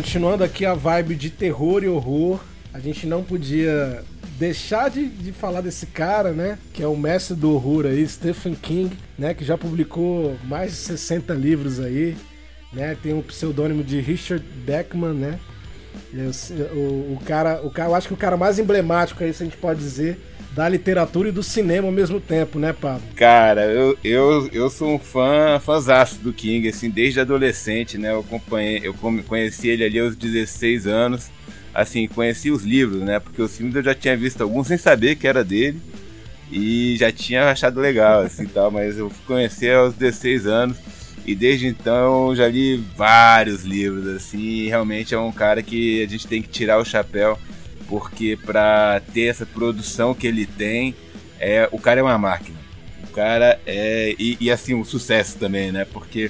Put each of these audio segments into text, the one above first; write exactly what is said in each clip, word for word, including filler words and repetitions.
continuando aqui a vibe de terror e horror, a gente não podia deixar de, de falar desse cara, né? Que é o mestre do horror aí, Stephen King, né? Que já publicou mais de sessenta livros aí, né? Tem o pseudônimo de Richard Bachman, né? O, o, cara, o cara, eu acho que o cara mais emblemático aí, se a gente pode dizer, da literatura e do cinema ao mesmo tempo, né, Pablo? Cara, eu, eu, eu sou um fã, fãzaço do King, assim, desde adolescente, né? Eu acompanhei, eu conheci ele ali aos dezesseis anos, assim, conheci os livros, né? Porque os filmes eu já tinha visto alguns sem saber que era dele e já tinha achado legal, assim, tal, mas eu fui conhecer aos dezesseis anos e desde então eu já li vários livros, assim, e realmente é um cara que a gente tem que tirar o chapéu, porque pra ter essa produção que ele tem, é, o cara é uma máquina. O cara é... E, e assim, um sucesso também, né? Porque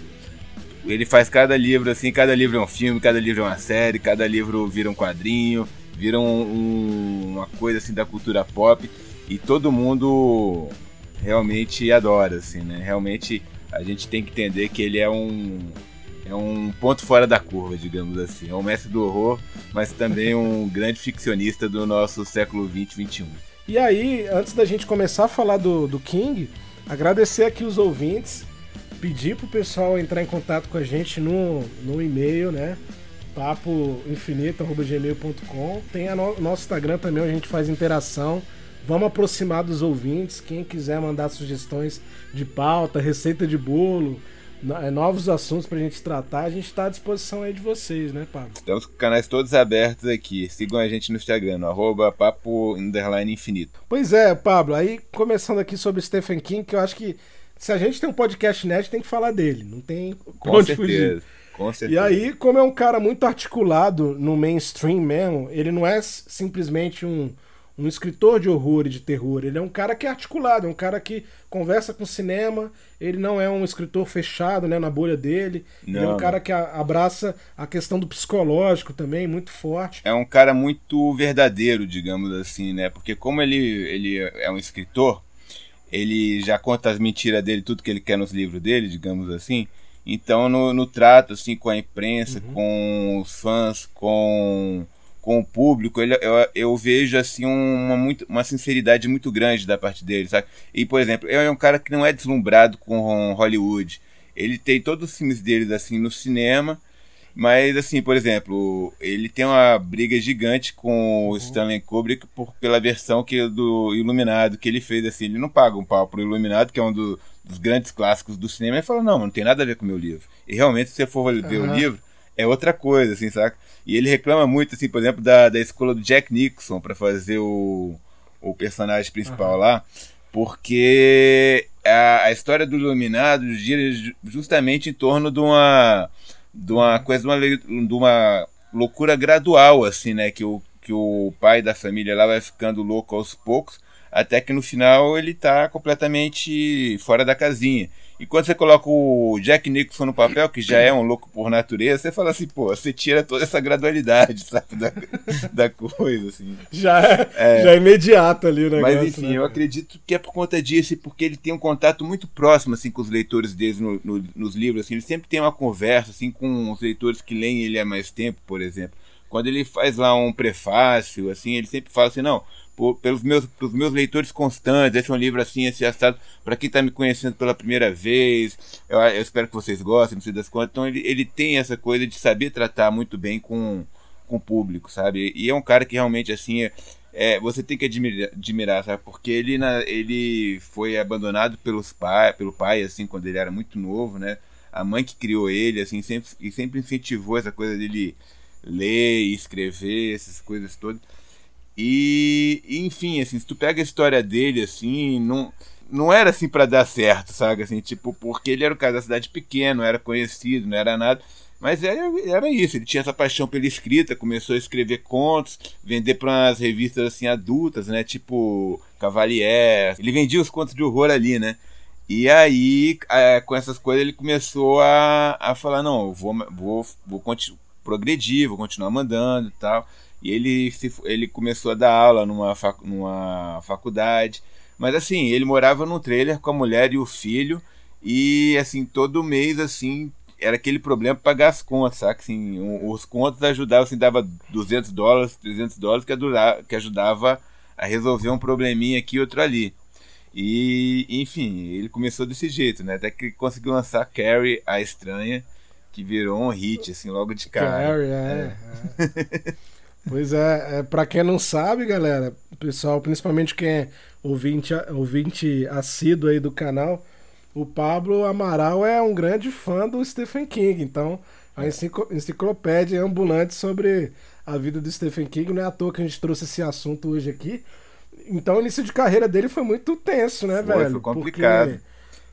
ele faz cada livro, assim, cada livro é um filme, cada livro é uma série, cada livro vira um quadrinho, vira um, um, uma coisa, assim, da cultura pop, e todo mundo realmente adora, assim, né? Realmente a gente tem que entender que ele é um... É um ponto fora da curva, digamos assim. É um mestre do horror, mas também um grande ficcionista do nosso século vinte, vinte e um. E aí, antes da gente começar a falar do, do King, agradecer aqui os ouvintes, pedir pro pessoal entrar em contato com a gente no, no e-mail, né? papo infinito arroba gmail ponto com. Tem o no, nosso Instagram também, onde a gente faz interação. Vamos aproximar dos ouvintes. Quem quiser mandar sugestões de pauta, receita de bolo, novos assuntos pra gente tratar, a gente tá à disposição aí de vocês, né, Pablo? Estamos com canais todos abertos aqui. Sigam a gente no Instagram, no arroba papo underline infinito. Pois é, Pablo, aí começando aqui sobre Stephen King, que eu acho que se a gente tem um podcast nerd, tem que falar dele, não tem com onde certeza, fugir. Com certeza. E aí, como é um cara muito articulado no mainstream mesmo, ele não é simplesmente um um escritor de horror e de terror, ele é um cara que é articulado, é um cara que conversa com cinema, ele não é um escritor fechado, né, na bolha dele, não, ele é um cara que a, abraça a questão do psicológico também, muito forte. É um cara muito verdadeiro, digamos assim, né, porque como ele, ele é um escritor, ele já conta as mentiras dele, tudo que ele quer nos livros dele, digamos assim, então no, no trato assim, com a imprensa, uhum. com os fãs, com... com o público, ele, eu, eu vejo assim uma, muito, uma sinceridade muito grande da parte dele, sabe? E, por exemplo, ele é um cara que não é deslumbrado com Hollywood. Ele tem todos os filmes dele assim no cinema, mas assim, por exemplo, ele tem uma briga gigante com o Stanley Kubrick por, pela versão que, do Iluminado que ele fez, assim, ele não paga um pau pro Iluminado, que é um do, dos grandes clássicos do cinema, e fala, não, não tem nada a ver com o meu livro. E realmente, se você for ver uhum. o livro, é outra coisa, assim, saca? E ele reclama muito, assim, por exemplo, da, da escolha do Jack Nicholson para fazer o, o personagem principal uhum. lá, porque a, a história do Iluminado gira justamente em torno de uma, de uma coisa, de uma, de uma loucura gradual, assim, né? Que o, que o pai da família lá vai ficando louco aos poucos, até que no final ele tá completamente fora da casinha. E quando você coloca o Jack Nicholson no papel, que já é um louco por natureza, você fala assim, pô, você tira toda essa gradualidade, sabe, da, da coisa, assim. Já é, é, já é imediato ali o negócio. Mas enfim, né, eu acredito que é por conta disso, porque ele tem um contato muito próximo, assim, com os leitores deles no, no, nos livros, assim, ele sempre tem uma conversa, assim, com os leitores que leem ele há mais tempo, por exemplo. Quando ele faz lá um prefácio, assim, ele sempre fala assim, não... Por, pelos meus, pelos meus leitores constantes, esse é um livro assim, esse assado, para quem está me conhecendo pela primeira vez, eu, eu espero que vocês gostem, não sei das contas. Então ele, ele tem essa coisa de saber tratar muito bem com, com o público, sabe? E é um cara que realmente assim, é, é, você tem que admirar, admirar, sabe? Porque ele, na, ele foi abandonado pelos pai, pelo pai, assim, quando ele era muito novo, né? A mãe que criou ele, assim, sempre, e sempre incentivou essa coisa dele ler e escrever, essas coisas todas. E, enfim, assim, se tu pega a história dele, assim, não, não era assim pra dar certo, sabe? Assim, tipo, porque ele era um cara da cidade pequena, não era conhecido, não era nada. Mas era, era isso, ele tinha essa paixão pela escrita, começou a escrever contos, vender para umas revistas assim adultas, né? Tipo Cavalier. Ele vendia os contos de horror ali, né? E aí, é, com essas coisas, ele começou a, a falar, não, eu vou, vou, vou continu- progredir, vou continuar mandando e tal. E ele, se, ele começou a dar aula numa, fac, numa faculdade. Mas assim, ele morava num trailer com a mulher e o filho. E assim, todo mês assim, era aquele problema para pagar as contas, sabe? Assim, os contos ajudavam, assim, dava duzentos dólares, trezentos dólares, que ajudava, que ajudava a resolver um probleminha aqui e outro ali. E, enfim, ele começou desse jeito, né? Até que conseguiu lançar Carrie, a Estranha, que virou um hit, assim, logo de cara. Carrie, é. é. é. Pois é, é, pra quem não sabe, galera, pessoal, principalmente quem é ouvinte, ouvinte assíduo aí do canal, o Pablo Amaral é um grande fã do Stephen King, então a enciclopédia ambulante sobre a vida do Stephen King, não é à toa que a gente trouxe esse assunto hoje aqui. Então o início de carreira dele foi muito tenso, né, foi, velho? Foi complicado. Porque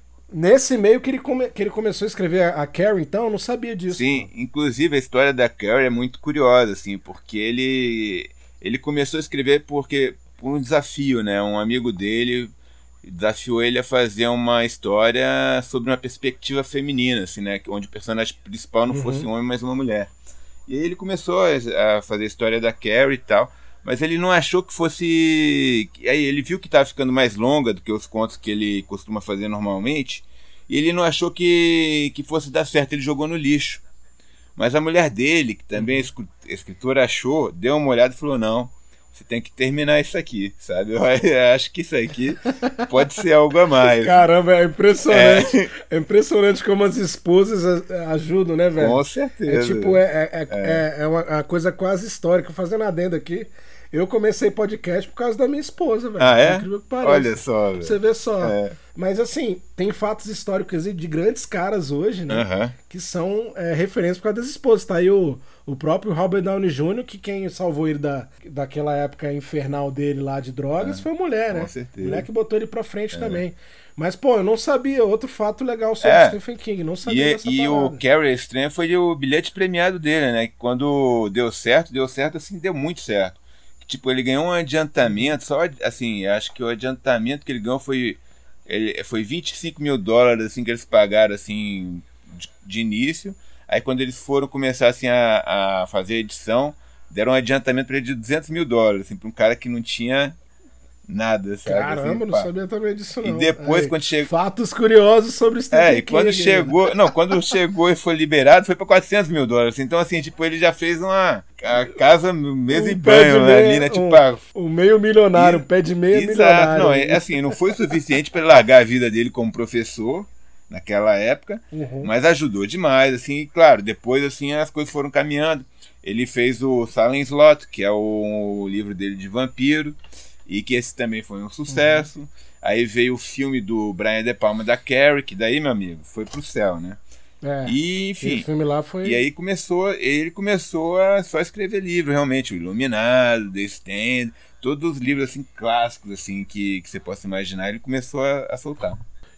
nesse meio que ele, come, que ele começou a escrever a Carrie, então, eu não sabia disso. Sim, pô. Inclusive a história da Carrie é muito curiosa, assim, porque ele, ele começou a escrever porque, por um desafio, né? Um amigo dele desafiou ele a fazer uma história sobre uma perspectiva feminina, assim, né? Onde o personagem principal não uhum. fosse um homem, mas uma mulher. E aí ele começou a fazer a história da Carrie e tal, mas ele não achou que fosse... Aí ele viu que estava ficando mais longa do que os contos que ele costuma fazer normalmente, e ele não achou que, que fosse dar certo, ele jogou no lixo. Mas a mulher dele, que também é escritora, achou, deu uma olhada e falou, não, você tem que terminar isso aqui, sabe? Eu acho que isso aqui pode ser algo a mais. Caramba, é impressionante. É, é impressionante como as esposas ajudam, né, velho? Com certeza. É tipo, é, é, é, é. é uma, uma coisa quase histórica. Fazendo adendo aqui, eu comecei podcast por causa da minha esposa, velho. Ah, é? Incrível que pareça. Olha só, velho. Você vê só. É. Mas assim, tem fatos históricos de grandes caras hoje, né? Uhum. Que são é, referências por causa das esposas. Tá aí o, o próprio Robert Downey Júnior, que quem salvou ele da, daquela época infernal dele lá de drogas é. foi a mulher, né? Com certeza. Mulher que botou ele pra frente é. também. Mas, pô, eu não sabia. Outro fato legal sobre é. Stephen King. Não sabia e, dessa E parada. o Carrie Estranha foi o bilhete premiado dele, né? Que quando deu certo, deu certo assim, deu muito certo. Tipo, ele ganhou um adiantamento, só assim, acho que o adiantamento que ele ganhou foi, ele, foi vinte e cinco mil dólares, assim, que eles pagaram, assim, de, de início. Aí quando eles foram começar, assim, a, a fazer a edição, deram um adiantamento para ele de duzentos mil dólares, assim, para um cara que não tinha nada, sabe? Caramba, assim, não pá. sabia também disso, não. E depois, aí, quando chegou... Fatos curiosos sobre Stephen É, King. e quando chegou... Não, quando chegou e foi liberado, foi para quatrocentos mil dólares. Então, assim, tipo, ele já fez uma... A casa, mesa um e banho, né, ali, né? Tipo, um, ah, um meio milionário, um pé de meia exato, milionário. Não, é, assim, não foi suficiente para ele largar a vida dele como professor naquela época, uhum. mas ajudou demais, assim, e claro, depois, assim, as coisas foram caminhando. Ele fez o Silent Slot, que é o, o livro dele de vampiro, e que esse também foi um sucesso. Uhum. Aí veio o filme do Brian De Palma da Carrie, que daí, meu amigo, foi pro céu, né? É, e enfim, filme lá foi... e aí começou, ele começou a só escrever livro, realmente, o Iluminado, The Stand, todos os livros assim clássicos assim que, que você possa imaginar, ele começou a, a soltar.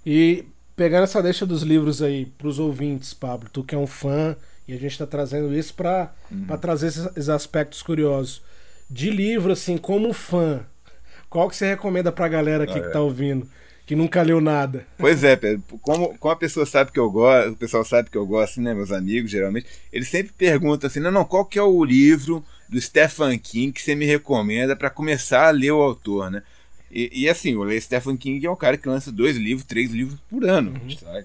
E pegando essa deixa dos livros aí pros ouvintes, Pablo, tu que é um fã, e a gente tá trazendo isso pra, uhum. pra trazer esses, esses aspectos curiosos de livro, assim, como fã, qual que você recomenda pra galera aqui ah, que tá é. ouvindo? Que nunca leu nada. Pois é, Pedro, como, como a pessoa sabe que eu gosto, o pessoal sabe que eu gosto, né, meus amigos, geralmente, eles sempre perguntam assim, não, não, qual que é o livro do Stephen King que você me recomenda para começar a ler o autor, né? E, e assim, o Stephen King é um cara que lança dois livros, três livros por ano, uhum. sabe?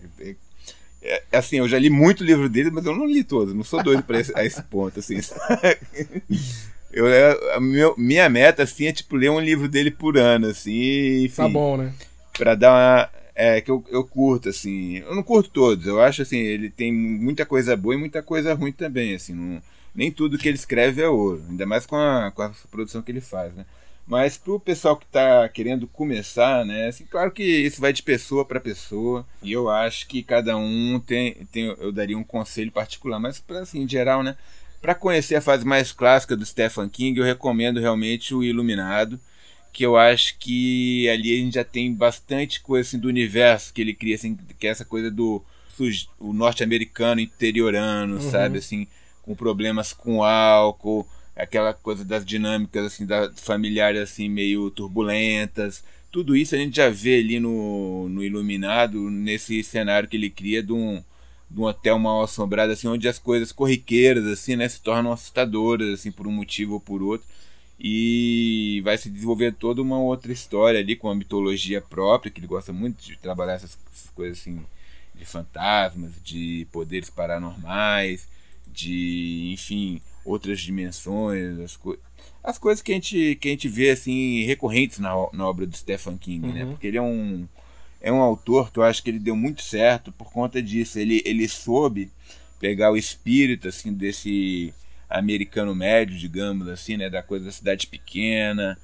É, é, assim, eu já li muito livro dele, mas eu não li todos, não sou doido para esse, a esse ponto, assim, sabe? Eu, a meu, minha meta, assim, é tipo ler um livro dele por ano, assim, enfim. Tá bom, né? Pra dar uma... É, que eu, eu curto, assim... Eu não curto todos. Eu acho, assim, ele tem muita coisa boa e muita coisa ruim também, assim. Não, nem tudo que ele escreve é ouro. Ainda mais com a, com a produção que ele faz, né? Mas pro pessoal que tá querendo começar, né? Assim, claro que isso vai de pessoa para pessoa. E eu acho que cada um tem... tem eu daria um conselho particular. Mas, pra, assim, em geral, né? Pra conhecer a fase mais clássica do Stephen King, eu recomendo realmente o Iluminado. Que eu acho que ali a gente já tem bastante coisa assim, do universo que ele cria, assim, que é essa coisa do o norte-americano interiorano, uhum. sabe, assim, com problemas com álcool, aquela coisa das dinâmicas assim, da, familiares assim, meio turbulentas, tudo isso a gente já vê ali no, no Iluminado, nesse cenário que ele cria de um, de um hotel mal assombrado, assim, onde as coisas corriqueiras assim, né, se tornam assustadoras assim, por um motivo ou por outro. E vai se desenvolver toda uma outra história ali com a mitologia própria, que ele gosta muito de trabalhar essas coisas assim de fantasmas, de poderes paranormais, de, enfim, outras dimensões, as, co as coisas que a gente, que a gente vê assim, recorrentes na, na obra do Stephen King, uhum. né? Porque ele é um, é um autor que eu acho que ele deu muito certo por conta disso. Ele, ele soube pegar o espírito assim, desse americano médio, digamos assim, né? Da coisa da cidade pequena,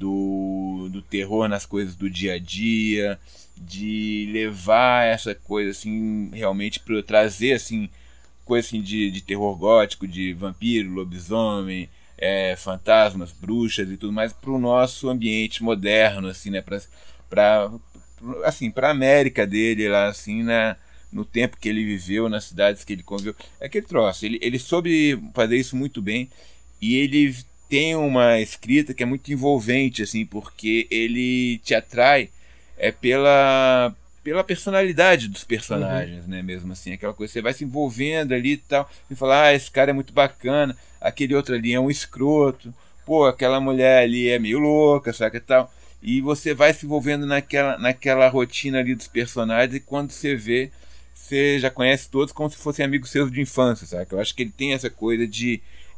do, do terror nas coisas do dia a dia, de levar essa coisa assim, realmente para trazer assim, coisa assim de, de terror gótico, de vampiro, lobisomem, é, fantasmas, bruxas e tudo mais para o nosso ambiente moderno, assim, né? Para assim, para a América dele lá, assim, né? No tempo que ele viveu, nas cidades que ele conviveu. É aquele troço. Ele, ele soube fazer isso muito bem e ele tem uma escrita que é muito envolvente, assim, porque ele te atrai é pela pela personalidade dos personagens, uhum. né, mesmo assim, aquela coisa, você vai se envolvendo ali e tal, e fala, ah, esse cara é muito bacana, aquele outro ali é um escroto, pô, aquela mulher ali é meio louca, saca e tal, e você vai se envolvendo naquela, naquela rotina ali dos personagens, e quando você vê, você já conhece todos como se fossem amigos seus de infância, saca? Eu acho que ele tem essa coisa de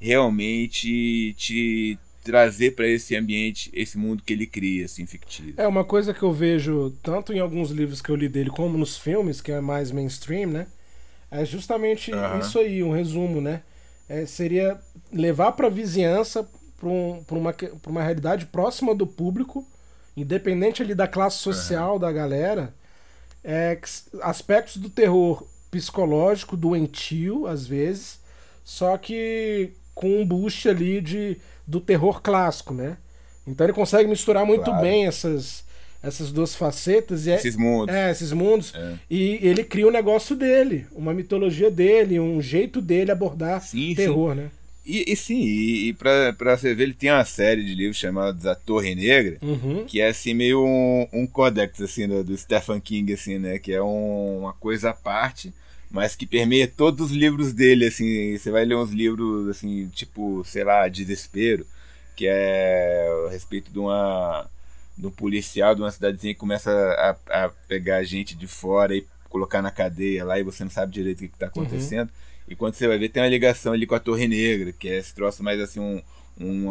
realmente te trazer para esse ambiente, esse mundo que ele cria, assim, fictício. É uma coisa que eu vejo tanto em alguns livros que eu li dele como nos filmes, que é mais mainstream, né? É justamente uhum. isso aí, um resumo, né? É, seria levar para a vizinhança, para um, uma, pra uma realidade próxima do público, independente ali da classe social uhum. da galera, é, aspectos do terror psicológico, doentio, às vezes, só que com um boost ali de do terror clássico, né? Então ele consegue misturar muito claro. bem essas, essas duas facetas. E é, esses mundos. É, esses mundos. É. E ele cria um negócio dele, uma mitologia dele, um jeito dele abordar sim, terror, sim. né? E, e sim, e, e pra, pra você ver, ele tem uma série de livros chamada A Torre Negra, uhum. que é assim meio um, um códex assim, do, do Stephen King, assim, né? Que é um, uma coisa à parte, mas que permeia todos os livros dele, assim, você vai ler uns livros, assim, tipo, sei lá, Desespero, que é a respeito de uma de um policial de uma cidadezinha que começa a, a pegar gente de fora e colocar na cadeia lá e você não sabe direito o que está acontecendo, uhum. e quando você vai ver tem uma ligação ali com a Torre Negra, que é esse troço mais assim, um, um,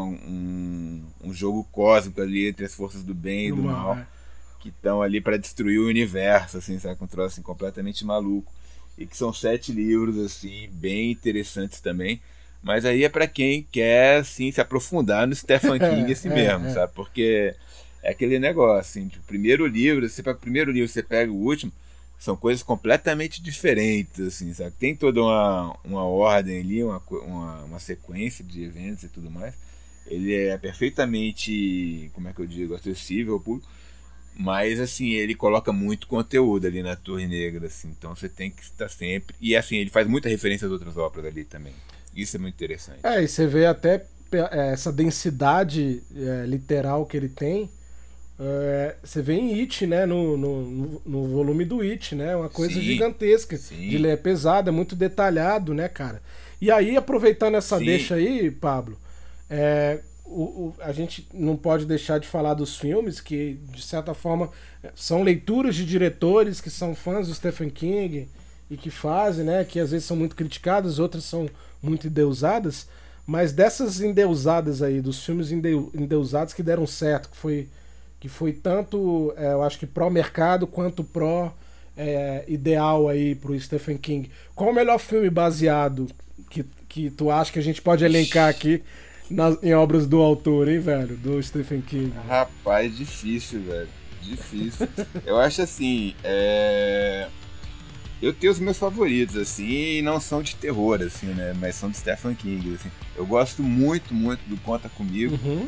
um, um jogo cósmico ali entre as forças do bem e do, do mal, mal que estão ali para destruir o universo, assim, sabe, um troço assim, completamente maluco. E que são sete livros, assim, bem interessantes também. Mas aí é para quem quer, assim, se aprofundar no Stephen King assim é, mesmo, é. sabe? Porque é aquele negócio, assim, tipo, o primeiro livro, você pega o primeiro livro, você pega o último, são coisas completamente diferentes, assim, sabe? Tem toda uma, uma ordem ali, uma, uma, uma sequência de eventos e tudo mais. Ele é perfeitamente, como é que eu digo, acessível ao público. Mas, assim, ele coloca muito conteúdo ali na Torre Negra, assim, então você tem que estar sempre... E, assim, ele faz muita referência às outras obras ali também. Isso é muito interessante. É, e você vê até essa densidade é, literal que ele tem. É, você vê em It, né? No, no, no volume do It, né? Uma coisa sim, gigantesca. Sim. De ler, é pesado, é muito detalhado, né, cara? E aí, aproveitando essa sim. deixa aí, Pablo... É, O, o, a gente não pode deixar de falar dos filmes, que de certa forma são leituras de diretores que são fãs do Stephen King e que fazem, né, que às vezes são muito criticadas, outras são muito endeusadas, mas dessas endeusadas aí, dos filmes endeu, endeusados que deram certo, que foi, que foi tanto, é, eu acho que pró-mercado quanto pró-ideal é, aí pro Stephen King. Qual o melhor filme baseado que, que tu acha que a gente pode elencar aqui Nas, em obras do autor, hein, velho? Do Stephen King. Rapaz, difícil, velho. Difícil. Eu acho assim, é... eu tenho os meus favoritos, assim, e não são de terror, assim, né? Mas são de Stephen King, assim. Eu gosto muito, muito do Conta Comigo, uhum.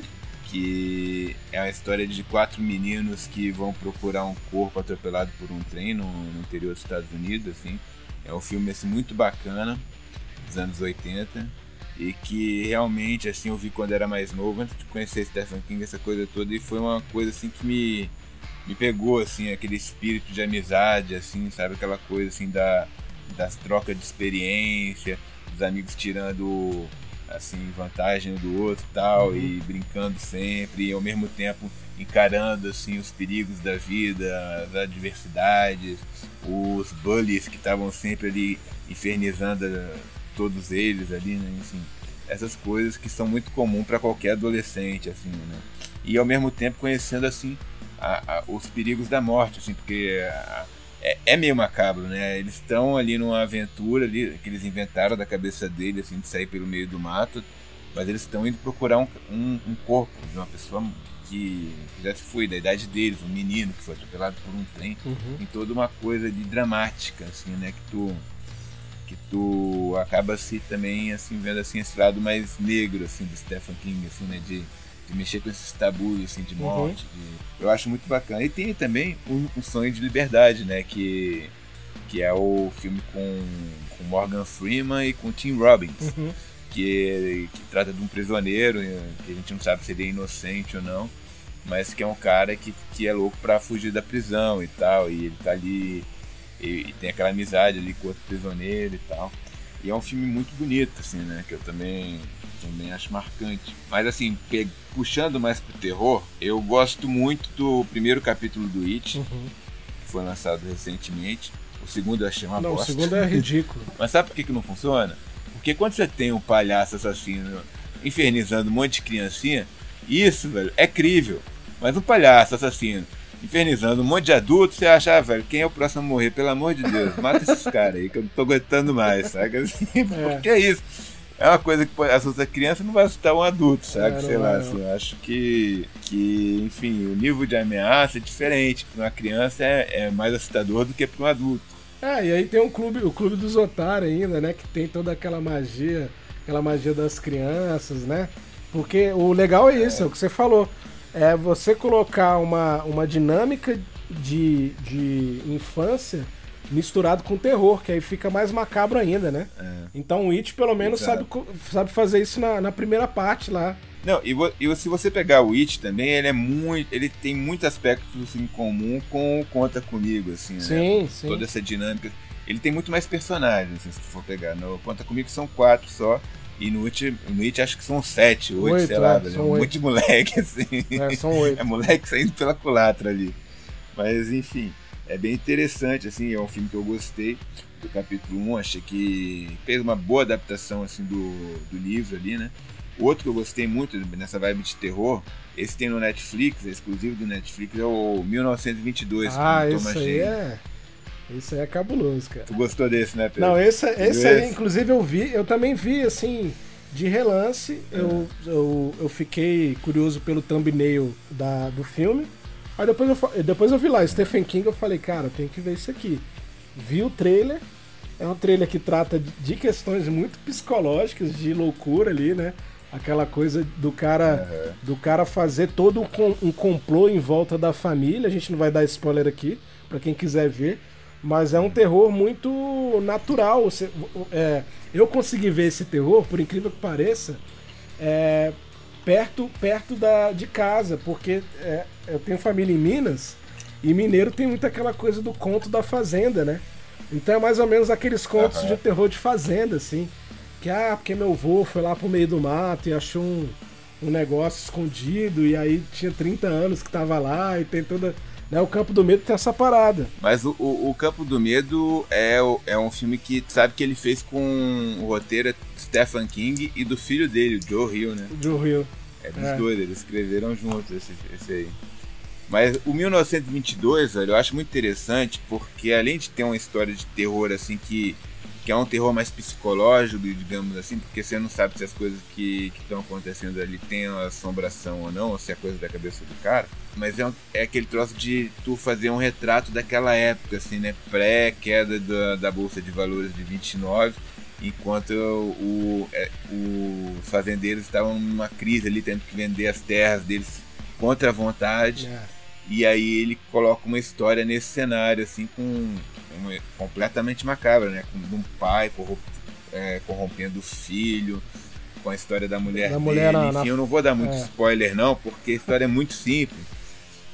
que é uma história de quatro meninos que vão procurar um corpo atropelado por um trem no, no interior dos Estados Unidos, assim. É um filme, assim, muito bacana, dos anos oitenta. E que realmente, assim, eu vi quando era mais novo, antes de conhecer Stephen King, essa coisa toda, e foi uma coisa, assim, que me, me pegou, assim, aquele espírito de amizade, assim, sabe, aquela coisa, assim, da, das trocas de experiência, dos amigos tirando assim, vantagem do outro e tal, uhum. e brincando sempre, e ao mesmo tempo encarando assim os perigos da vida, as adversidades, os bullies que estavam sempre ali infernizando todos eles ali, né? Assim, essas coisas que são muito comuns para qualquer adolescente, assim, né? E ao mesmo tempo conhecendo assim a, a, os perigos da morte, assim, porque a, é, é meio macabro, né? Eles estão ali numa aventura ali que eles inventaram da cabeça dele, assim, de sair pelo meio do mato, mas eles estão indo procurar um, um, um corpo de uma pessoa que já se foi da idade deles, um menino que foi atropelado por um trem, uhum. em toda uma coisa de dramática, assim, né? Que tu que tu acaba se também assim vendo assim esse lado mais negro assim do Stephen King, assim, né? De de mexer com esses tabus assim, de morte. Uhum. De... Eu acho muito bacana. E tem também um, um Sonho de Liberdade, né? Que, que é o filme com, com Morgan Freeman e com Tim Robbins, uhum. que, que trata de um prisioneiro, que a gente não sabe se ele é inocente ou não, mas que é um cara que, que é louco pra fugir da prisão e tal, e ele tá ali e, e tem aquela amizade ali com outro prisioneiro e tal. E é um filme muito bonito, assim, né? Que eu também, também acho marcante. Mas, assim, pe- puxando mais pro terror, eu gosto muito do primeiro capítulo do It, uhum. que foi lançado recentemente. O segundo eu achei uma não, bosta. O segundo é ridículo. Mas sabe por que, que não funciona? Porque quando você tem um palhaço assassino infernizando um monte de criancinha, isso, velho, é crível. Mas um palhaço assassino infernizando um monte de adultos, você acha, ah, velho, quem é o próximo a morrer? Pelo amor de Deus, mata esses caras aí, que eu não tô aguentando mais, sabe? Assim, é. Porque é isso. É uma coisa que assusta a criança, não vai assustar um adulto, sabe? É, Sei lá, é, assim, eu acho que, que, enfim, o nível de ameaça é diferente. Para uma criança é, é mais assustador do que para um adulto. É, e aí tem um clube, o Clube dos Otários ainda, né? Que tem toda aquela magia, aquela magia das crianças, né? Porque o legal é isso, é, é o que você falou. É você colocar uma, uma dinâmica de, de infância misturado com terror, que aí fica mais macabro ainda, né? É. Então o It pelo menos sabe, sabe fazer isso na, na primeira parte lá. Não, e, vo, e se você pegar o It também, ele é muito. Ele tem muitos aspectos assim, em comum com o Conta Comigo, assim, sim, né? Sim. Toda essa dinâmica. Ele tem muito mais personagens, assim, se for pegar. No Conta Comigo são quatro só. E no It, no It acho que são sete, oito, oito sei lá, é, um monte de moleque, assim. É, são oito. É moleque saindo pela culatra ali. Mas, enfim, é bem interessante, assim, é um filme que eu gostei do capítulo um, achei que fez uma boa adaptação, assim, do, do livro ali, né? O outro que eu gostei muito nessa vibe de terror, esse tem no Netflix, é exclusivo do Netflix, é o mil novecentos e vinte e dois, ah, com o Thomas Jane. É... Isso aí é cabuloso, cara. Tu gostou desse, né, Pedro? Não, esse, esse aí, inclusive, eu vi, eu também vi, assim, de relance. É. Eu, eu, eu fiquei curioso pelo thumbnail da, do filme. Aí depois eu, depois eu vi lá, Stephen King, eu falei, cara, tem que ver isso aqui. Vi o trailer, é um trailer que trata de questões muito psicológicas, de loucura ali, né? Aquela coisa do cara, uhum. do cara fazer todo um, um complô em volta da família. A gente não vai dar spoiler aqui, pra quem quiser ver. Mas é um terror muito natural. Você, é, eu consegui ver esse terror, por incrível que pareça, é, perto, perto da, de casa, porque é, eu tenho família em Minas, e mineiro tem muito aquela coisa do conto da fazenda, né? Então é mais ou menos aqueles contos uhum. de terror de fazenda, assim. Que, ah, porque meu avô foi lá pro meio do mato e achou um, um negócio escondido, e aí tinha trinta anos que tava lá, e tem toda... Né, o Campo do Medo tem essa parada. Mas o, o, o Campo do Medo é, é um filme que sabe que ele fez com o roteiro Stephen King e do filho dele, o Joe Hill, né? Joe Hill. É dos é. dois, eles escreveram juntos esse, esse aí. Mas o mil novecentos e vinte e dois, velho, eu acho muito interessante porque além de ter uma história de terror assim que, que é um terror mais psicológico, digamos assim, porque você não sabe se as coisas que estão acontecendo ali tem uma assombração ou não, ou se é coisa da cabeça do cara. Mas é, um, é aquele troço de tu fazer um retrato daquela época, assim, né? Pré-queda da, da Bolsa de Valores de vinte e nove, enquanto o, é, os fazendeiros estavam numa crise ali, tendo que vender as terras deles contra a vontade. Yeah. E aí ele coloca uma história nesse cenário, assim, com uma, completamente macabra, né? Com um pai corromp, é, corrompendo o filho, com a história da mulher da dele. Mulher na, Enfim, na... eu não vou dar muito é. spoiler, não, porque a história é muito simples.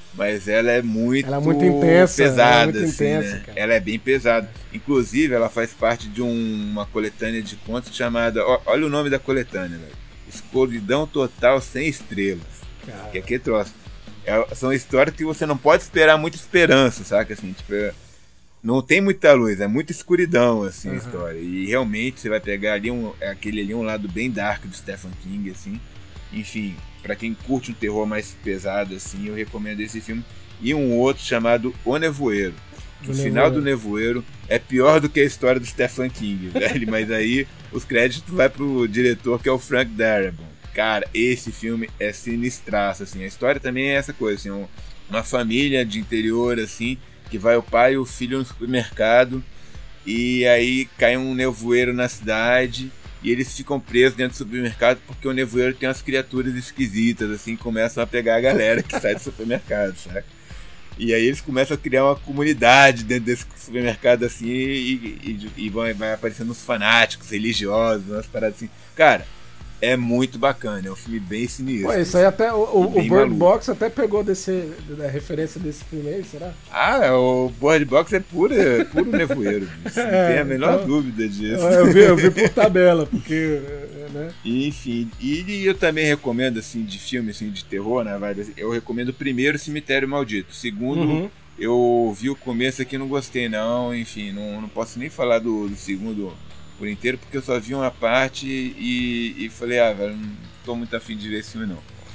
mas ela é muito, ela é muito intensa, pesada, ela é muito assim, intensa, né? cara. Ela é bem pesada. Inclusive, ela faz parte de um, uma coletânea de contos chamada... Ó, olha o nome da coletânea, velho. Escuridão Total Sem Estrelas. Cara. Que é que troço. É, são histórias que você não pode esperar muita esperança, saca? Assim, tipo, é, não tem muita luz, é muita escuridão, assim, uhum. a história. E realmente você vai pegar ali um, aquele ali um lado bem dark do Stephen King, assim. Enfim, pra quem curte um terror mais pesado, assim, eu recomendo esse filme. E um outro chamado O Nevoeiro. O final do Nevoeiro é pior do que a história do Stephen King, velho. Mas aí os créditos vai pro diretor, que é o Frank Darabont. Cara, esse filme é sinistraço, assim. A história também é essa coisa, assim, uma família de interior, assim, que vai o pai e o filho no supermercado, e aí cai um nevoeiro na cidade, e eles ficam presos dentro do supermercado porque o nevoeiro tem umas criaturas esquisitas, assim, que começam a pegar a galera que sai do supermercado, sabe? E aí eles começam a criar uma comunidade dentro desse supermercado, assim, e, e, e vai, vai aparecendo uns fanáticos religiosos, umas paradas assim. Cara, é muito bacana, é um filme bem sinistro. Pô, isso aí até, o, o Bird maluco. Box até pegou desse, da referência desse filme aí, será? Ah, o Bird Box é puro, é puro nevoeiro, não é, tem a menor então, dúvida disso. Eu vi, eu vi por tabela, porque... Né? Enfim, e eu também recomendo, assim, de filme, assim, de terror, né, eu recomendo primeiro Cemitério Maldito, segundo, uhum. eu vi o começo aqui e não gostei não, enfim, não, não posso nem falar do, do segundo por inteiro, porque eu só vi uma parte e, e falei, ah, velho, não tô muito afim de ver esse filme não.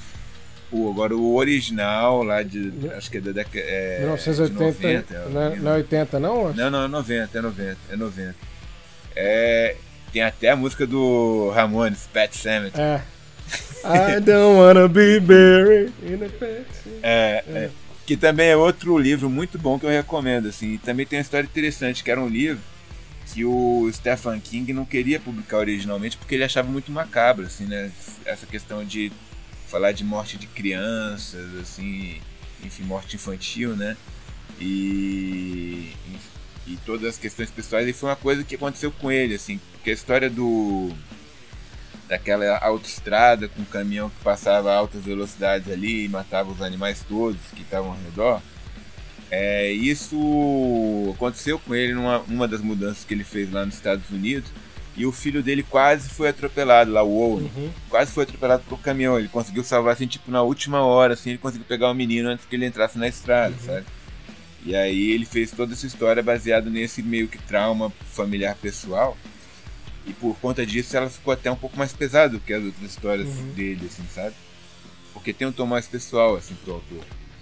O, agora o original lá de, acho que é da década é, mil novecentos e oitenta, noventa, não, é, não é oitenta não? Não, não, é noventa, é noventa, é noventa. É... Tem até a música do Ramones, Pet Sematary. É. I don't wanna be buried in a pet cemetery. É, é. é. Que também é outro livro muito bom que eu recomendo, assim. E também tem uma história interessante, que era um livro que o Stephen King não queria publicar originalmente porque ele achava muito macabro, assim, né? Essa questão de falar de morte de crianças, assim, enfim, morte infantil, né? E... e todas as questões pessoais, e foi uma coisa que aconteceu com ele, assim, porque a história do daquela autoestrada com um caminhão que passava a altas velocidades ali e matava os animais todos que estavam ao redor, é, isso aconteceu com ele numa, numa das mudanças que ele fez lá nos Estados Unidos, e o filho dele quase foi atropelado lá, o Owen, uhum. quase foi atropelado por um caminhão. Ele conseguiu salvar, assim, tipo, na última hora, assim, ele conseguiu pegar o menino antes que ele entrasse na estrada, uhum. sabe? E aí ele fez toda essa história baseada nesse meio que trauma familiar pessoal. E por conta disso ela ficou até um pouco mais pesada do que as outras histórias uhum. dele, assim, sabe? Porque tem um tom mais pessoal, assim, pro autor.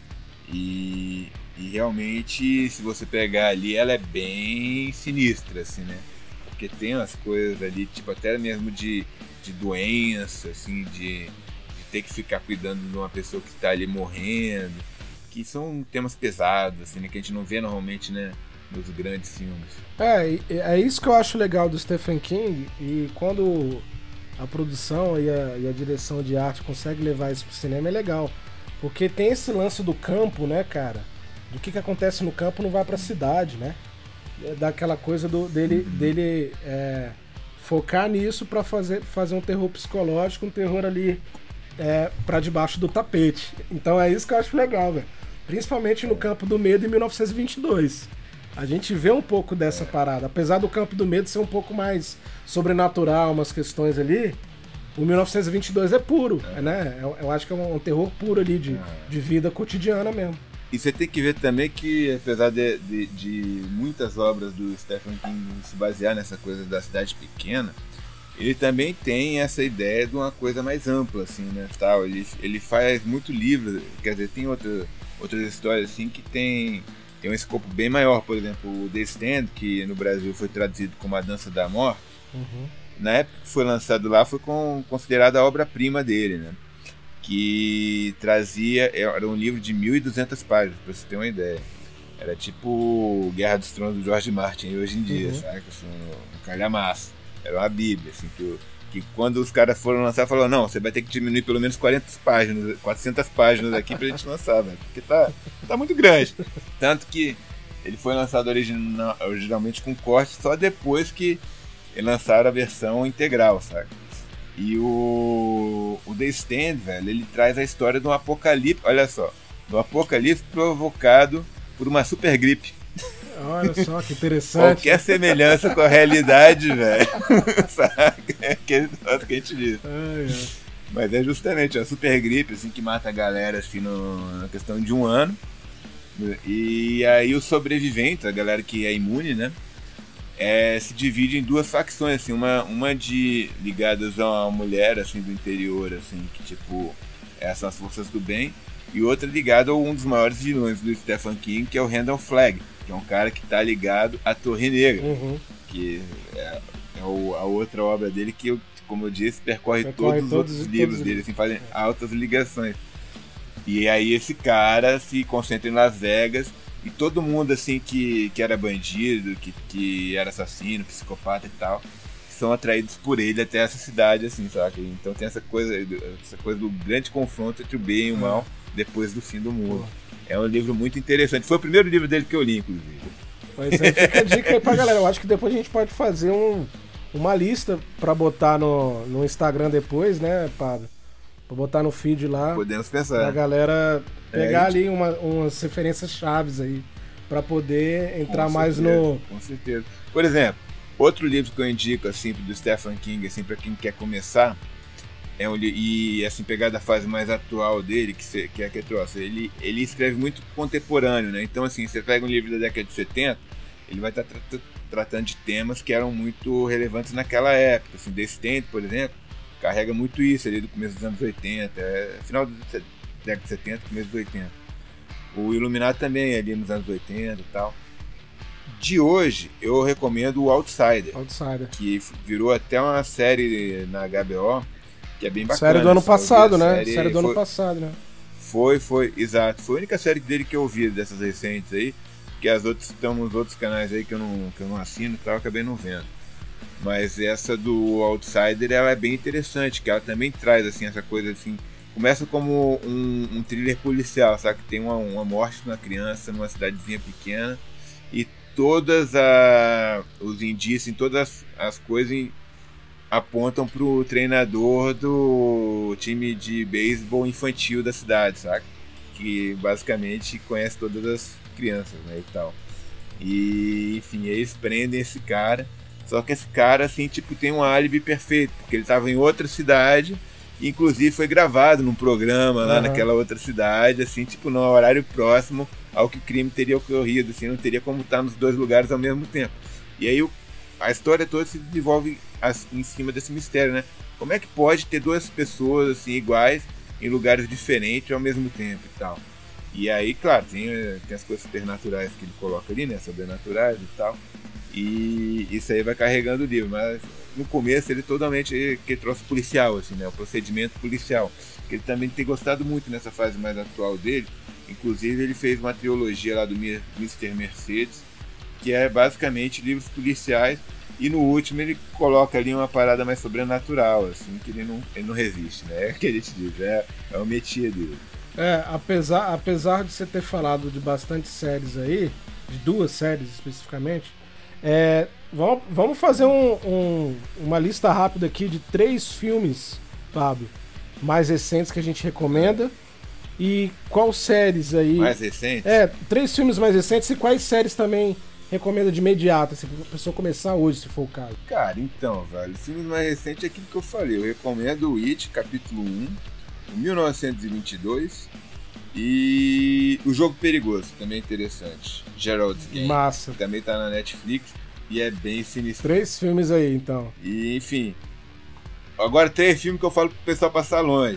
E, e realmente, se você pegar ali, ela é bem sinistra, assim, né? Porque tem umas coisas ali, tipo, até mesmo de, de doença, assim, de, de ter que ficar cuidando de uma pessoa que está ali morrendo. Que são temas pesados, assim, né, que a gente não vê normalmente, né, nos grandes filmes. É, é isso que eu acho legal do Stephen King, e quando a produção e a, e a direção de arte consegue levar isso pro cinema é legal, porque tem esse lance do campo, né, cara, do que, que acontece no campo não vai pra cidade, né, daquela coisa do, dele, uhum. dele é, focar nisso pra fazer, fazer um terror psicológico, um terror ali é, pra debaixo do tapete. Então é isso que eu acho legal, velho. Principalmente no Campo do Medo em mil novecentos e vinte e dois. A gente vê um pouco dessa parada. Apesar do Campo do Medo ser um pouco mais sobrenatural, umas questões ali, o mil novecentos e vinte e dois é puro, é. né? Eu, eu acho que é um, um terror puro ali, de, de vida cotidiana mesmo. E você tem que ver também que, apesar de, de, de muitas obras do Stephen King se basear nessa coisa da cidade pequena, ele também tem essa ideia de uma coisa mais ampla, assim, né, tal. Ele, ele faz muito livro, quer dizer, tem outra, outras histórias, assim, que tem, tem um escopo bem maior. Por exemplo, o The Stand, que no Brasil foi traduzido como A Dança da Morte, uhum. na época que foi lançado lá, foi com, considerada a obra-prima dele, né, que trazia, era um livro de mil e duzentas páginas, pra você ter uma ideia. Era tipo Guerra dos Tronos do George Martin hoje em dia, uhum. sabe, assim, um calhamaço. Era uma bíblia, assim, que, que quando os caras foram lançar, falaram, não, você vai ter que diminuir pelo menos quarenta páginas, quatrocentas páginas aqui pra gente lançar, velho, porque tá, tá muito grande. Tanto que ele foi lançado original, originalmente com corte só depois que lançaram a versão integral, sabe? E o, o The Stand, velho, ele traz a história de um apocalipse, olha só, do apocalipse provocado por uma super gripe. Olha só que interessante. Qualquer semelhança com a realidade, velho. Saca? É aquele negócio que a gente diz. Ai, ai. Mas é justamente a super gripe, assim, que mata a galera, assim, no, na questão de um ano. E aí os sobreviventes, a galera que é imune, né? É, se divide em duas facções, assim, uma, uma de ligadas a uma mulher, assim, do interior, assim, que, tipo, são as forças do bem. E outra ligada a um dos maiores vilões do Stephen King, que é o Randall Flagg, que é um cara que tá ligado à Torre Negra, Uhum. que é, é o, a outra obra dele que, eu, como eu disse, percorre, Percorre todos, todos os outros todos livros os- dele, assim, fazem altas ligações. E aí esse cara se concentra em Las Vegas e todo mundo, assim, que, que era bandido, que, que era assassino, psicopata e tal, são atraídos por ele até essa cidade, assim, sabe? Então tem essa coisa, essa coisa do grande confronto entre o bem e o mal depois do fim do mundo. É um livro muito interessante. Foi o primeiro livro dele que eu li, inclusive. Pois aí fica a dica aí pra galera. Eu acho que depois a gente pode fazer um, uma lista pra botar no, no Instagram depois, né, Pablo? Pra botar no feed lá. Podemos Pra pensar. galera pegar É, ali uma, umas referências chaves aí. Pra poder entrar Com mais certeza, no. Com certeza. Por exemplo, outro livro que eu indico, assim, do Stephen King, assim, pra quem quer começar, é um, li- e assim, pegar da fase mais atual dele, que, se, que é que eu trouxe, ele, ele escreve muito contemporâneo, né? Então, assim, você pega um livro da década de setenta, ele vai estar tra- tratando de temas que eram muito relevantes naquela época. Assim, The Stand, por exemplo, carrega muito isso ali do começo dos anos oitenta, é, final da década de setenta, começo dos oitenta. O Iluminado também, ali nos anos oitenta e tal. De hoje, eu recomendo o Outsider, Outsider. que virou até uma série na H B O, que é bem bacana. Série do ano assim, eu vi passado, a né? série, Série do ano foi, passado, né? Foi, foi, exato. Foi a única série dele que eu vi dessas recentes aí, que as outras estão nos outros canais aí que eu não, que eu não assino e tal, eu acabei não vendo. Mas essa do Outsider, ela é bem interessante, que ela também traz, assim, essa coisa, assim, começa como um, um thriller policial, sabe? Que tem uma, uma morte de uma criança numa cidadezinha pequena e todas a, os indícios, todas as coisas apontam pro treinador do time de beisebol infantil da cidade, sabe? Que basicamente conhece todas as crianças, né, e tal. E, enfim, eles prendem esse cara, só que esse cara, assim, tipo, tem um álibi perfeito, porque ele tava em outra cidade, e inclusive foi gravado num programa lá Uhum. naquela outra cidade, assim, tipo, no horário próximo ao que o crime teria ocorrido, assim, não teria como estar nos dois lugares ao mesmo tempo. E aí o, a história toda se desenvolve as, em cima desse mistério, né? Como é que pode ter duas pessoas, assim, iguais, em lugares diferentes ao mesmo tempo e tal? E aí, claro, tem, tem as coisas supernaturais que ele coloca ali, né? Sobrenaturais e tal. E isso aí vai carregando o livro, mas no começo ele totalmente que trouxe policial, assim, né? O procedimento policial. Que ele também tem gostado muito nessa fase mais atual dele. Inclusive ele fez uma trilogia lá do mister Mercedes, que é basicamente livros policiais. E no último ele coloca ali uma parada mais sobrenatural, assim, que ele não, ele não resiste, né? É o que a gente diz, é, é o métier dele. É, apesar, apesar de você ter falado de bastante séries aí, de duas séries especificamente, é, vamos, vamos fazer um, um, uma lista rápida aqui de três filmes, Pablo, mais recentes que a gente recomenda. E qual séries aí. Mais recente? É, três filmes mais recentes e quais séries também recomenda de imediato, assim, pra pessoa começar hoje, se for o caso. Cara, então, velho, filmes mais recentes é aquilo que eu falei. Eu recomendo o It, capítulo um, mil novecentos e vinte e dois, e O Jogo Perigoso, também é interessante. Gerald's Game. Massa. Também tá na Netflix e é bem sinistro. Três filmes aí, então. E, enfim. Agora três filmes que eu falo pro pessoal passar longe.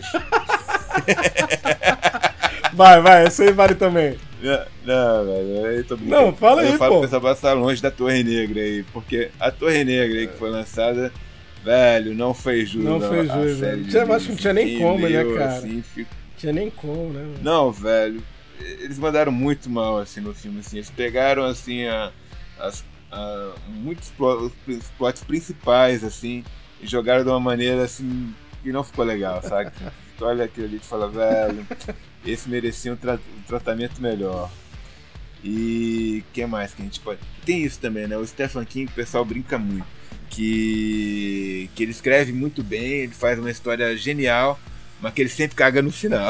Vai, vai, esse aí vale também. Não, não, velho, eu tô brincando. Não, fala aí, Eu falo pô. pro pessoal passar longe da Torre Negra aí, porque a Torre Negra aí que foi lançada, velho, não fez jus. Não fez a jus, série né? de Tinha- acho livros. que não tinha nem Quem como, né, leu, cara? assim, fica- Tinha nem como, né? mano? Não, velho, eles mandaram muito mal, assim, no filme, assim, eles pegaram, assim, a, as, a, muitos plots, os plots principais, assim, e jogaram de uma maneira, assim, que não ficou legal, sabe? Tu olha aquilo ali e fala, velho, esse merecia um, tra um tratamento melhor. E o que mais que a gente pode... Tem isso também, né? O Stephen King, o pessoal brinca muito, que, que ele escreve muito bem, ele faz uma história genial, mas que ele sempre caga no final.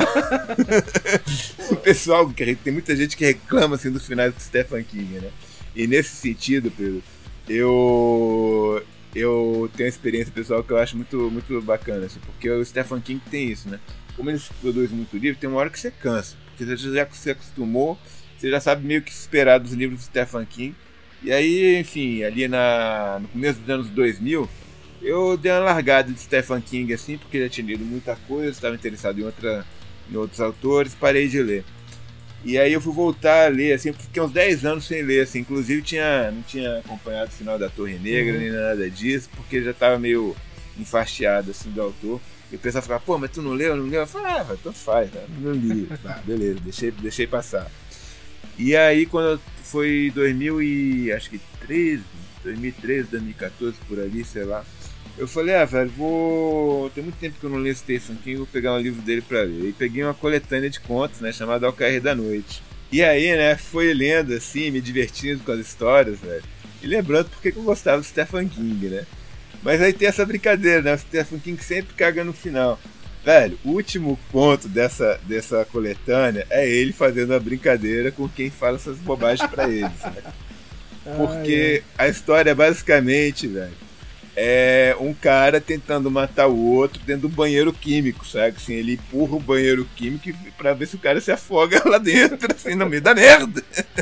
O pessoal, tem muita gente que reclama assim, dos finais do Stephen King, né? E nesse sentido, Pedro, eu, eu tenho uma experiência pessoal que eu acho muito, muito bacana, assim, porque o Stephen King tem isso, né? Como ele produz muito livro, tem uma hora que você cansa, porque você já se acostumou, você já sabe meio que esperar dos livros do Stephen King. E aí, enfim, ali na, no começo dos anos dois mil, eu dei uma largada de Stephen King, assim, porque já tinha lido muita coisa, estava interessado em, outra, em outros autores, parei de ler. E aí eu fui voltar a ler, assim, fiquei uns dez anos sem ler, assim, inclusive tinha, não tinha acompanhado o final da Torre Negra, uhum. nem nada disso, porque já estava meio enfastiado, assim, do autor. E o pessoal falava, pô, mas tu não leu, não leu? Eu falei, ah, tanto faz, né? Não li. Tá, beleza, deixei, deixei passar. E aí, quando foi dois mil e acho que treze, dois mil e treze, dois mil e quatorze, por ali, sei lá, eu falei, ah, velho, vou... tem muito tempo que eu não leio Stephen King, vou pegar um livro dele pra ler. E peguei uma coletânea de contos, né, chamada Ao Cair da Noite. E aí, né, foi lendo, assim, me divertindo com as histórias, velho. E lembrando porque que eu gostava do Stephen King, né. Mas aí tem essa brincadeira, né, o Stephen King sempre caga no final. Velho, o último ponto dessa, dessa coletânea é ele fazendo a brincadeira com quem fala essas bobagens pra ele, sabe? Porque ah, é. a história é basicamente, velho, é um cara tentando matar o outro dentro do banheiro químico, sabe? Assim, ele empurra o banheiro químico pra ver se o cara se afoga lá dentro, assim, no meio da merda.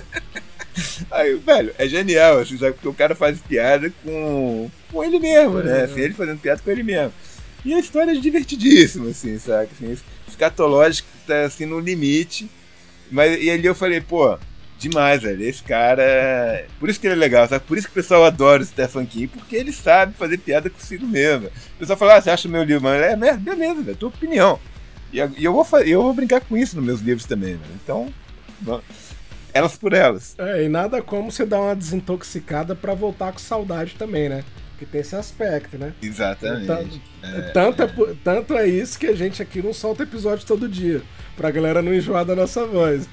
Aí, velho, é genial, assim, sabe? Porque o cara faz piada com, com ele mesmo, né? Assim, ele fazendo piada com ele mesmo. E a história é divertidíssima, assim, sabe? Assim, escatológico tá, assim, no limite. Mas, e ali eu falei, pô, demais, velho. Esse cara... Por isso que ele é legal, sabe? Por isso que o pessoal adora o Stephen King, porque ele sabe fazer piada consigo mesmo. O pessoal fala, ah, você acha o meu livro, mano? É, beleza, velho, tua opinião. E eu vou, eu vou brincar com isso nos meus livros também, velho. Então, bom, elas por elas. É, e nada como você dar uma desintoxicada pra voltar com saudade também, né? Que tem esse aspecto, né? Exatamente. Tanto é, tanto, é. É, tanto é isso que a gente aqui não solta episódio todo dia, pra galera não enjoar da nossa voz.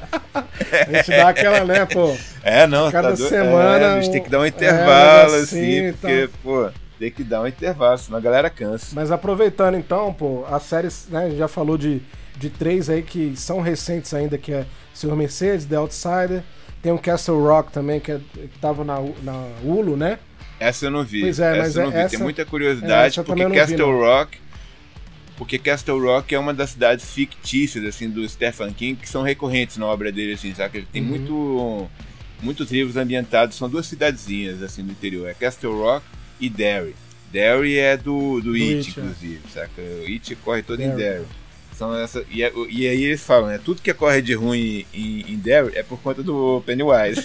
A gente dá aquela, né, pô? É, não, cada tá semana. É, a gente tem que dar um intervalo, é, assim, assim porque, tá. pô, tem que dar um intervalo, senão a galera cansa. Mas aproveitando então, pô, as séries, né, a gente já falou de, de três aí que são recentes ainda, que é senhor Mercedes, The Outsider, tem o Castle Rock também, que, é, que tava na, na Hulu, né? Essa eu não vi. Pois é, essa mas eu não vi. essa, tem muita curiosidade, é, porque Castle Rock. Porque Castle Rock é uma das cidades fictícias, assim, do Stephen King, que são recorrentes na obra dele, assim, sabe? Ele tem uhum. muito, muitos livros ambientados, são duas cidadezinhas, assim, do interior. É Castle Rock e Derry. Derry é do, do, do It, It, inclusive, é. saca? O It corre todo Derry. em Derry. São essa, e, é, e aí eles falam, né? Tudo que corre de ruim em, em Derry é por conta do Pennywise.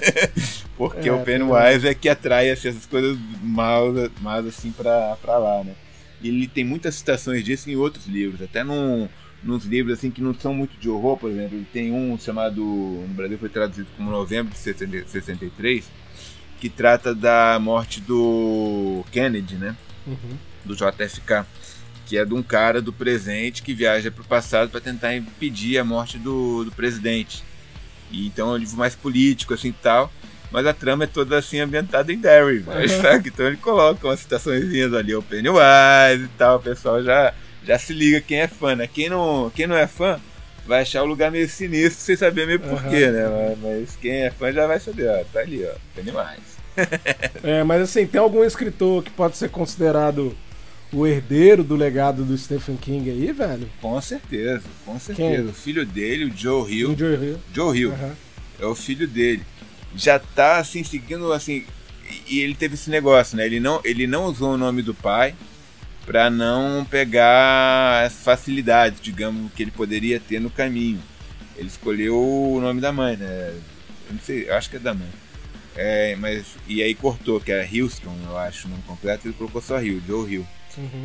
Porque é, o Pennywise é que atrai assim, essas coisas mal, mal assim pra, pra lá, né? E ele tem muitas citações disso em outros livros, até num, nos livros assim que não são muito de horror, por exemplo. Ele tem um chamado, no Brasil foi traduzido como Novembro de sessenta e três, que trata da morte do Kennedy, né? Uhum. Do J F K. Que é de um cara do presente que viaja para o passado para tentar impedir a morte do, do presidente. E então é um livro mais político assim tal, mas a trama é toda assim ambientada em Derry, uhum. Então ele coloca umas citaçõezinhas ali, o Pennywise e tal, o pessoal já, já se liga quem é fã, né? Quem não, quem não é fã vai achar o lugar meio sinistro sem saber meio porquê, uhum. né? Mas, mas quem é fã já vai saber, ó, tá ali, ó, Pennywise. É, mas assim, tem algum escritor que pode ser considerado o herdeiro do legado do Stephen King aí, velho? Com certeza, com certeza. Quem? O filho dele, o Joe Hill. O Joe Hill. Joe Hill. Uhum. É o filho dele. Já tá, assim, seguindo, assim... E ele teve esse negócio, né? Ele não, ele não usou o nome do pai pra não pegar as facilidades, digamos, que ele poderia ter no caminho. Ele escolheu o nome da mãe, né? Eu não sei, eu acho que é da mãe. É, mas... E aí cortou, que era Houston, eu acho, o nome completo. Ele colocou só Hill, Joe Hill. Uhum.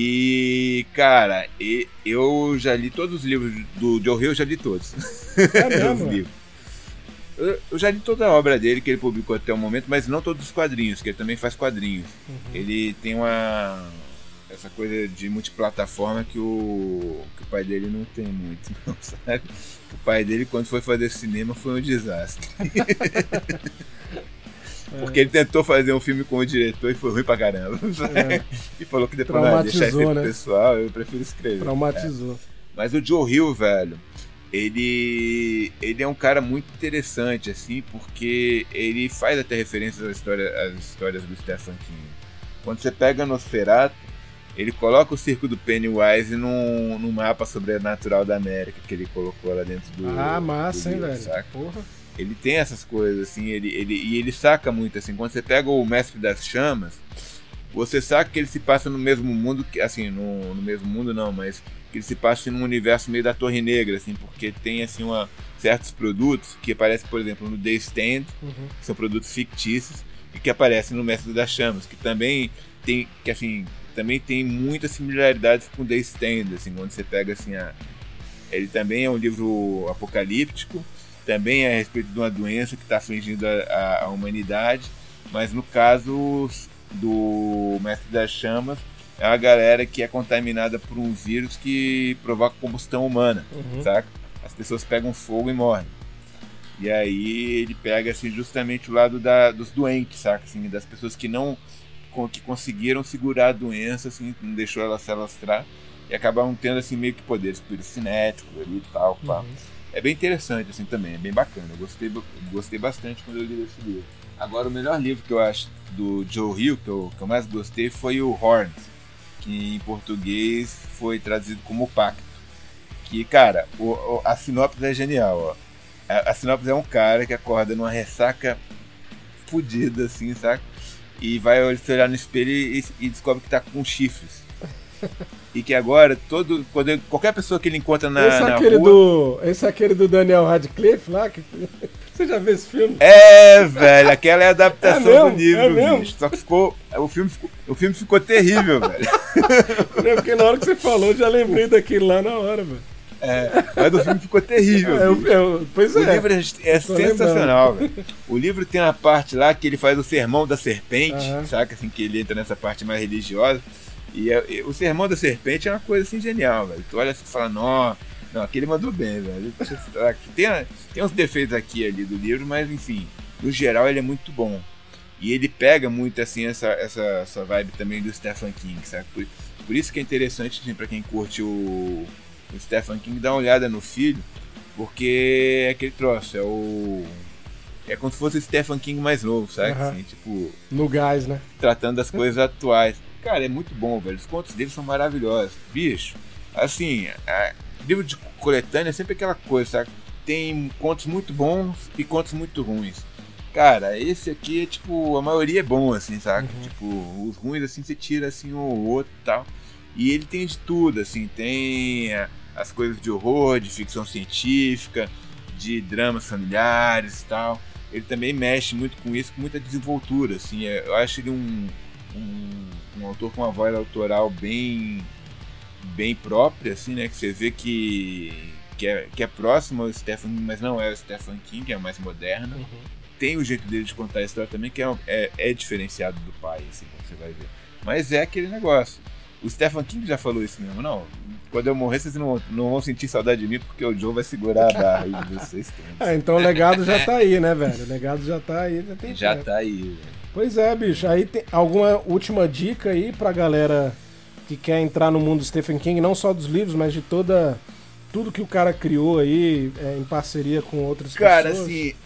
E, cara, eu já li todos os livros do Joe Hill, eu já li todos. É mesmo? livros. Eu, eu já li toda a obra dele que ele publicou até o momento, mas não todos os quadrinhos, que ele também faz quadrinhos. Uhum. Ele tem uma essa coisa de multiplataforma que o, que o pai dele não tem muito, não, sabe? O pai dele, quando foi fazer cinema, foi um desastre. Porque ele tentou fazer um filme com o diretor e foi ruim pra caramba. É. E falou que depois não ia deixar isso aí pro né? pessoal, eu prefiro escrever. Traumatizou. É. Mas o Joe Hill, velho, ele, ele é um cara muito interessante, assim, porque ele faz até referências às histórias, às histórias do Stephen King. Quando você pega Nosferatu, ele coloca o circo do Pennywise num, num mapa sobrenatural da América que ele colocou lá dentro do... Ah, massa, do hein, livro, velho? Saca? Porra. Ele tem essas coisas, assim, ele, ele, e ele saca muito, assim, quando você pega o Mestre das Chamas, você saca que ele se passa no mesmo mundo, que, assim, no, no mesmo mundo não, mas que ele se passa num universo meio da Torre Negra, assim, porque tem, assim, uma, certos produtos que aparecem, por exemplo, no The Stand, uhum. que são produtos fictícios, e que aparecem no Mestre das Chamas, que também tem, que, assim, também tem muitas similaridades com The Stand, assim, quando você pega, assim, a, ele também é um livro apocalíptico, também é a respeito de uma doença que está afligindo a, a, a humanidade, mas no caso do Mestre das Chamas, é uma galera que é contaminada por um vírus que provoca combustão humana, uhum. saca? As pessoas pegam fogo e morrem. E aí ele pega assim, justamente o lado da, dos doentes, saca? Assim, das pessoas que não que conseguiram segurar a doença, assim, não deixou ela se alastrar, e acabaram tendo assim, meio que poderes pirocinéticos ali e tal. Pá. Uhum. É bem interessante assim, também, é bem bacana. Eu gostei, gostei bastante quando eu li esse livro. Agora, o melhor livro que eu acho do Joe Hill, que eu, que eu mais gostei, foi o Horns, que em português foi traduzido como O Pacto. Que, cara, o, o, a sinopse é genial, ó. A, a sinopse é um cara que acorda numa ressaca fodida, assim, saca? E vai se olhar no espelho e, e descobre que tá com chifres. E que agora, todo, quando ele, qualquer pessoa que ele encontra na, esse é na aquele rua... Do, esse é aquele do Daniel Radcliffe lá? Que, você já viu esse filme? É, velho, aquela é a adaptação é mesmo, do livro, é mesmo? bicho. Só que ficou, o filme ficou, o filme ficou terrível, velho. É porque na hora que você falou, eu já lembrei daquilo lá na hora, velho. É, mas o filme ficou terrível. É, eu, eu, pois o é. livro é, é sensacional, velho. O livro tem uma parte lá que ele faz o sermão da serpente, uhum. saca? Assim, que ele entra nessa parte mais religiosa. E, é, e o sermão da serpente é uma coisa assim genial, velho. Tu olha assim e fala, não, não, aquele mandou bem, velho. Tem, tem uns defeitos aqui e ali do livro, mas enfim, no geral ele é muito bom. E ele pega muito assim essa, essa, essa vibe também do Stephen King, sabe? Por, por isso que é interessante assim, pra quem curte o, o Stephen King dar uma olhada no filho, porque é aquele troço, é o. É como se fosse o StephenKing mais novo, sabe? Uhum. Assim, tipo. No gás, né? Tratando das coisas atuais. Cara, é muito bom, velho. Os contos dele são maravilhosos. Bicho, assim, a, livro de coletânea é sempre aquela coisa, sabe? Tem contos muito bons e contos muito ruins. Cara, esse aqui é tipo, a maioria é bom, assim, sabe? Uhum. Tipo, os ruins, assim, você tira assim um ou outro e tal. E ele tem de tudo, assim, tem a, as coisas de horror, de ficção científica, de dramas familiares e tal. Ele também mexe muito com isso, com muita desenvoltura, assim. Eu acho ele um, um, um autor com uma voz autoral bem, bem própria, assim, né? Que você vê que, que, é, que é próximo ao Stephen King, mas não é o Stephen King, é mais moderno. Uhum. Tem o jeito dele de contar a história também, que é, é, é diferenciado do pai, assim, como você vai ver. Mas é aquele negócio. O Stephen King já falou isso mesmo, não? Quando eu morrer, vocês não, não vão sentir saudade de mim, porque o Joe vai segurar a barra aí de vocês. Ah, então o legado já tá aí, né, velho? O legado já tá aí. Já, tem já tempo. tá aí, velho. Pois é, bicho. Aí tem alguma última dica aí pra galera que quer entrar no mundo do Stephen King, não só dos livros, mas de toda... Tudo que o cara criou aí, é, em parceria com outras cara, pessoas. Cara, assim...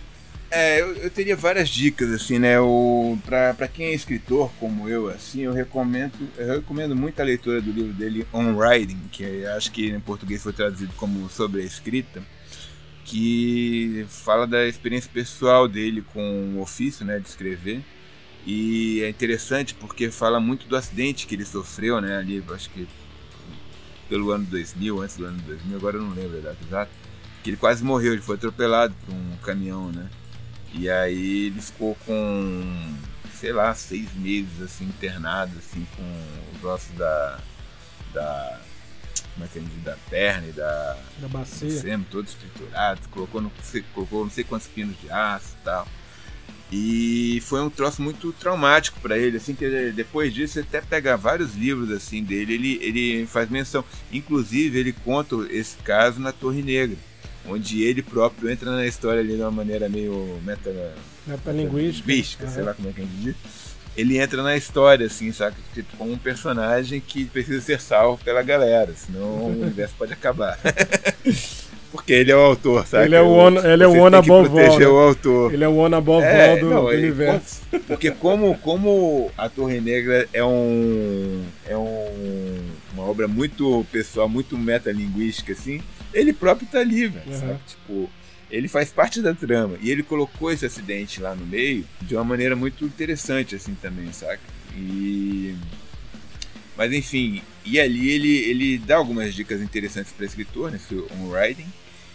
É, eu, eu teria várias dicas, assim, né, o, pra, pra quem é escritor como eu, assim, eu recomendo, eu recomendo muito a leitura do livro dele, On Writing, que eu acho que em português foi traduzido como Sobre a Escrita, que fala da experiência pessoal dele com o ofício, né, de escrever, e é interessante porque fala muito do acidente que ele sofreu, né, ali, acho que pelo ano dois mil, antes do ano dois mil, agora eu não lembro a data exata, que ele quase morreu, ele foi atropelado por um caminhão, né. E aí ele ficou com, sei lá, seis meses assim, internado, assim, com os ossos da, da, como é que é, da perna e da, da bacia, do sêmen todos triturados, colocou, no, colocou não sei quantos pinos de aço e tal. E foi um troço muito traumático para ele, assim, que depois disso você até pega vários livros assim dele, ele, ele faz menção, inclusive ele conta esse caso na Torre Negra. onde ele próprio entra na história ali de uma maneira meio meta... metalinguística, linguística, uhum. sei lá como é que a gente diz. Ele entra na história, assim, sabe? Tipo, como um personagem que precisa ser salvo pela galera, senão o universo pode acabar. Porque ele é o autor, sabe? Ele é o one, ele é o one above all, né? o autor. Ele é o one above é, all do, não, do ele, universo. Porque como, como a Torre Negra é, um, é um, uma obra muito pessoal, muito metalinguística, assim, ele próprio tá ali, velho, uhum. sabe? Tipo, ele faz parte da trama. E ele colocou esse acidente lá no meio de uma maneira muito interessante, assim, também, saca? E... Mas, enfim, e ali ele, ele dá algumas dicas interessantes para escritor, nesse on-writing.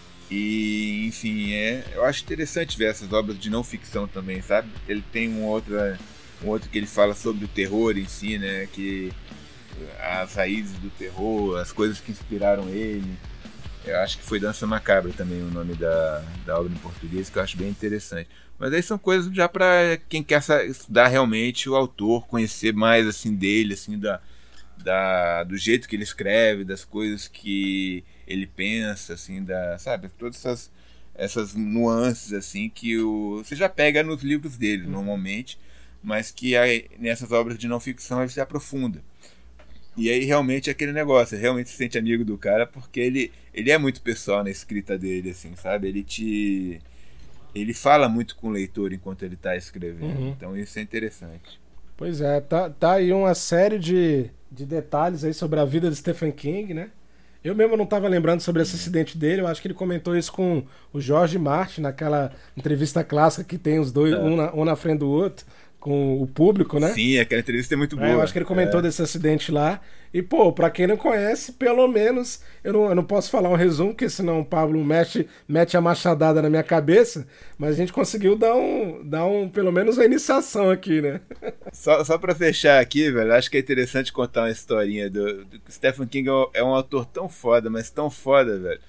E, enfim, é, eu acho interessante ver essas obras de não ficção também, sabe? Ele tem um outro, um outro que ele fala sobre o terror em si, né? Que as raízes do terror, as coisas que inspiraram ele. Eu acho que foi Dança Macabra também o nome da, da obra em português, que eu acho bem interessante. Mas aí são coisas já para quem quer estudar realmente o autor, conhecer mais assim dele, assim da, da, do jeito que ele escreve, das coisas que ele pensa, assim, da, sabe, todas essas, essas nuances assim que o, você já pega nos livros dele uhum. normalmente, mas que aí, nessas obras de não ficção ele se aprofunda. E aí realmente é aquele negócio, você realmente se sente amigo do cara porque ele, ele é muito pessoal na escrita dele, assim, sabe? Ele te... Ele fala muito com o leitor enquanto ele tá escrevendo, uhum. então isso é interessante. Pois é, tá, tá aí uma série de, de detalhes aí sobre a vida de Stephen King, né? Eu mesmo não tava lembrando sobre esse acidente dele, eu acho que ele comentou isso com o George Martin, naquela entrevista clássica que tem os dois, é. um, na, um na frente do outro, com o público, né? Sim, aquela entrevista é muito boa. É, eu acho que ele comentou é. desse acidente lá. E, pô, pra quem não conhece, pelo menos, eu não, eu não posso falar um resumo, porque senão o Pablo mete, mete a machadada na minha cabeça, mas a gente conseguiu dar um, dar um pelo menos uma iniciação aqui, né? Só, só pra fechar aqui, velho, acho que é interessante contar uma historinha do, do Stephen King é um autor tão foda, mas tão foda, velho,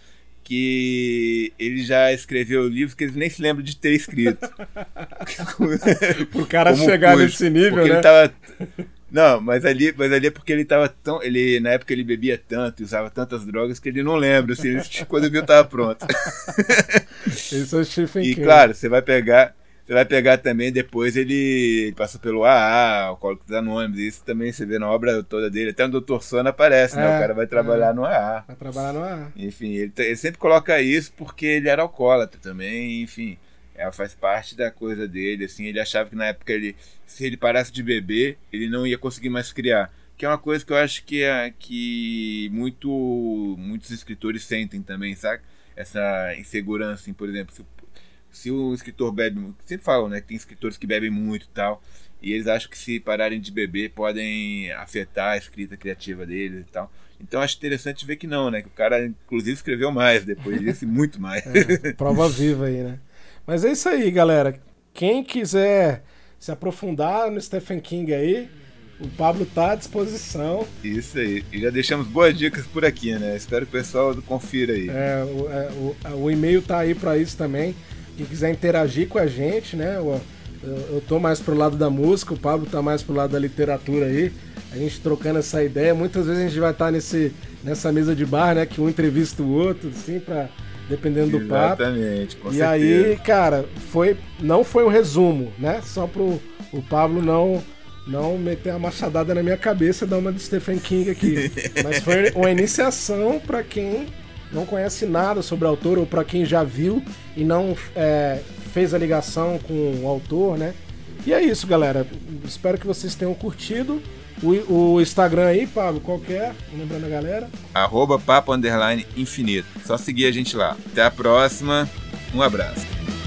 que ele já escreveu livros que ele nem se lembra de ter escrito. Pro cara Como chegar puxo, nesse nível, porque né? Ele tava... Não, mas ali, mas ali é porque ele tava tão... Ele, na época ele bebia tanto e usava tantas drogas que ele não lembra, assim, quando viu tava pronto. Isso é o Stephen E King. claro, você vai pegar... Você vai pegar também, depois ele, ele passou pelo A A, Alcoólicos Anônimos, isso também você vê na obra toda dele, até o doutor Sono aparece, é, né? O cara vai trabalhar é, no A A. Vai trabalhar no A A. Enfim, ele, ele sempre coloca isso porque ele era alcoólatra também, enfim, é, faz parte da coisa dele, assim, ele achava que na época ele, se ele parasse de beber, ele não ia conseguir mais criar. Que é uma coisa que eu acho que, é, que muito, muitos escritores sentem também, sabe? Essa insegurança, assim, por exemplo, se Se o escritor bebe muito, sempre falam, né, que tem escritores que bebem muito e tal, e eles acham que se pararem de beber podem afetar a escrita criativa deles e tal. Então acho interessante ver que não, né, que o cara inclusive escreveu mais depois disso e muito mais. É, prova viva aí, né. Mas é isso aí, galera. Quem quiser se aprofundar no Stephen King aí, o Pablo tá à disposição. Isso aí. E já deixamos boas dicas por aqui, né, espero que o pessoal confira aí. É, o, é, o, o e-mail tá aí para isso também. Quem quiser interagir com a gente, né? Eu, eu, eu tô mais pro lado da música, o Pablo tá mais pro lado da literatura aí. A gente trocando essa ideia. Muitas vezes a gente vai estar nesse, nessa mesa de bar, né? Que um entrevista o outro, assim, pra, dependendo do papo. Exatamente, com e certeza. aí, cara, foi, não foi um resumo, né? Só pro o Pablo não, não meter a machadada na minha cabeça e dar uma de Stephen King aqui. Mas foi uma iniciação pra quem não conhece nada sobre o autor, ou para quem já viu e não é, fez a ligação com o autor, né? E é isso, galera. Espero que vocês tenham curtido. O, o Instagram aí, Pablo, qual que é? Lembrando a galera. Arroba papo underline infinito. Só seguir a gente lá. Até a próxima. Um abraço.